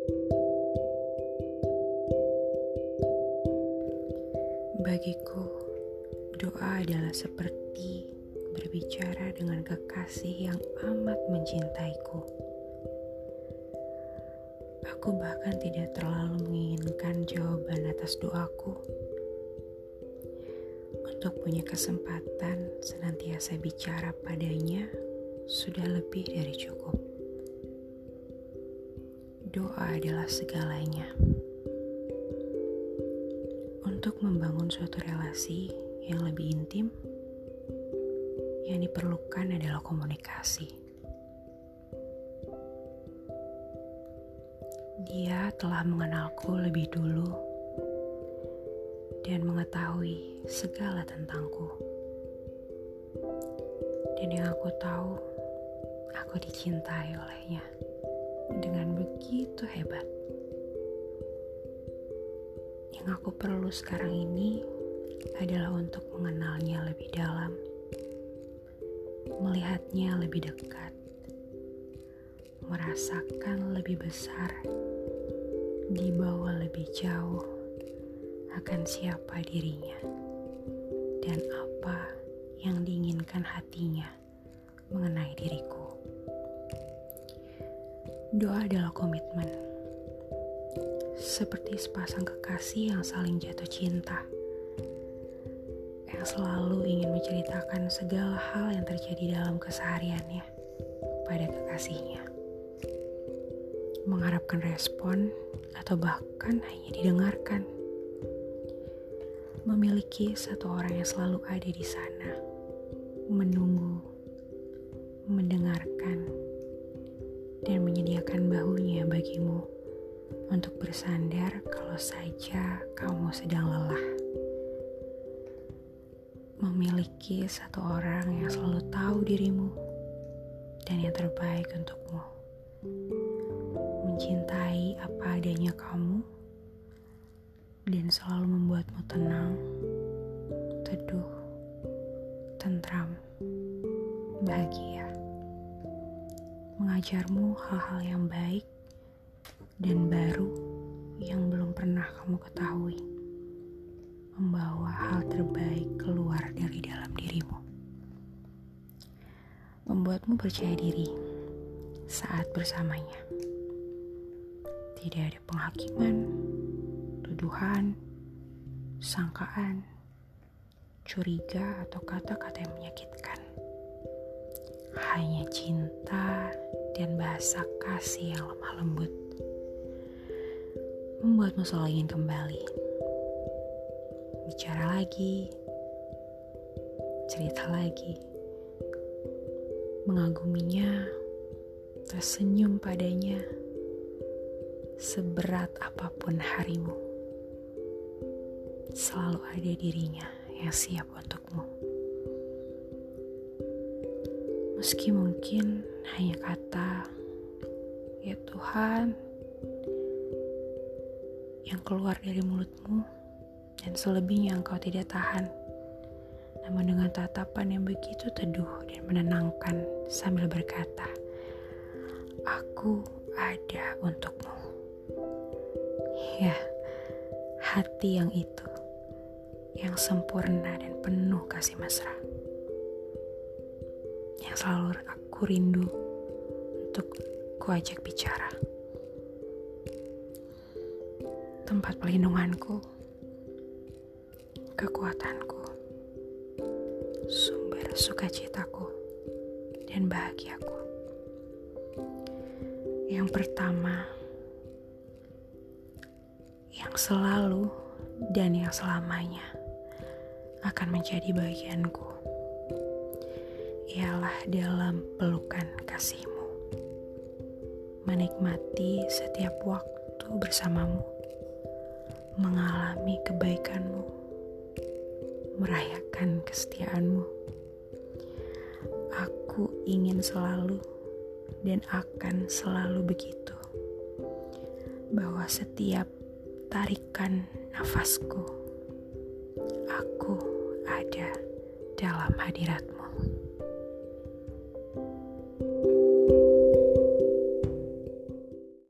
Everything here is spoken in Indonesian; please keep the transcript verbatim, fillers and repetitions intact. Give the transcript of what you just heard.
Bagiku, doa adalah seperti berbicara dengan kekasih yang amat mencintaiku. Aku bahkan tidak terlalu menginginkan jawaban atas doaku. Untuk punya kesempatan senantiasa bicara padanya sudah lebih dari cukup. Doa adalah segalanya. Untuk membangun suatu relasi yang lebih intim, yang diperlukan adalah komunikasi. Dia telah mengenalku lebih dulu dan mengetahui segala tentangku. Dan yang aku tahu, aku dicintai olehnya dengan begitu hebat. Yang aku perlu sekarang ini adalah untuk mengenalnya lebih dalam, melihatnya lebih dekat, merasakan lebih besar, dibawa lebih jauh akan siapa dirinya dan apa yang diinginkan hatinya mengenai diriku. Doa adalah komitmen, seperti sepasang kekasih yang saling jatuh cinta, yang selalu ingin menceritakan segala hal yang terjadi dalam kesehariannya pada kekasihnya, mengharapkan respon atau bahkan hanya didengarkan. Memiliki satu orang yang selalu ada di sana, menunggu, mendengarkan, dan menyediakan bahunya bagimu untuk bersandar kalau saja kamu sedang lelah. Memiliki satu orang yang selalu tahu dirimu dan yang terbaik untukmu. Mencintai apa adanya kamu dan selalu membuatmu tenang, teduh, tentram, bahagia. Mengajarmu hal-hal yang baik dan baru yang belum pernah kamu ketahui. Membawa hal terbaik keluar dari dalam dirimu. Membuatmu percaya diri saat bersamanya. Tidak ada penghakiman, tuduhan, sangkaan, curiga atau kata-kata yang menyakitkan. Hanya cinta dan bahasa kasih yang lemah lembut. Membuatmu selalu ingin kembali. Bicara lagi, cerita lagi, mengaguminya, tersenyum padanya, seberat apapun harimu. Selalu ada dirinya yang siap untukmu. Meski mungkin hanya kata, "Ya Tuhan," yang keluar dari mulutmu, dan selebihnya engkau tidak tahan. Namun dengan tatapan yang begitu teduh dan menenangkan sambil berkata, "Aku ada untukmu." Ya, hati yang itu, yang sempurna dan penuh kasih mesra, yang selalu aku rindu untuk kuajak bicara. Tempat perlindunganku, kekuatanku, sumber sukacitaku, dan bahagiaku. Yang pertama, yang selalu dan yang selamanya akan menjadi bagianku, ialah dalam pelukan kasihmu. Menikmati setiap waktu bersamamu, mengalami kebaikanmu, merayakan kesetiaanmu. Aku ingin selalu dan akan selalu begitu, bahwa setiap tarikan nafasku, aku ada dalam hadiratmu.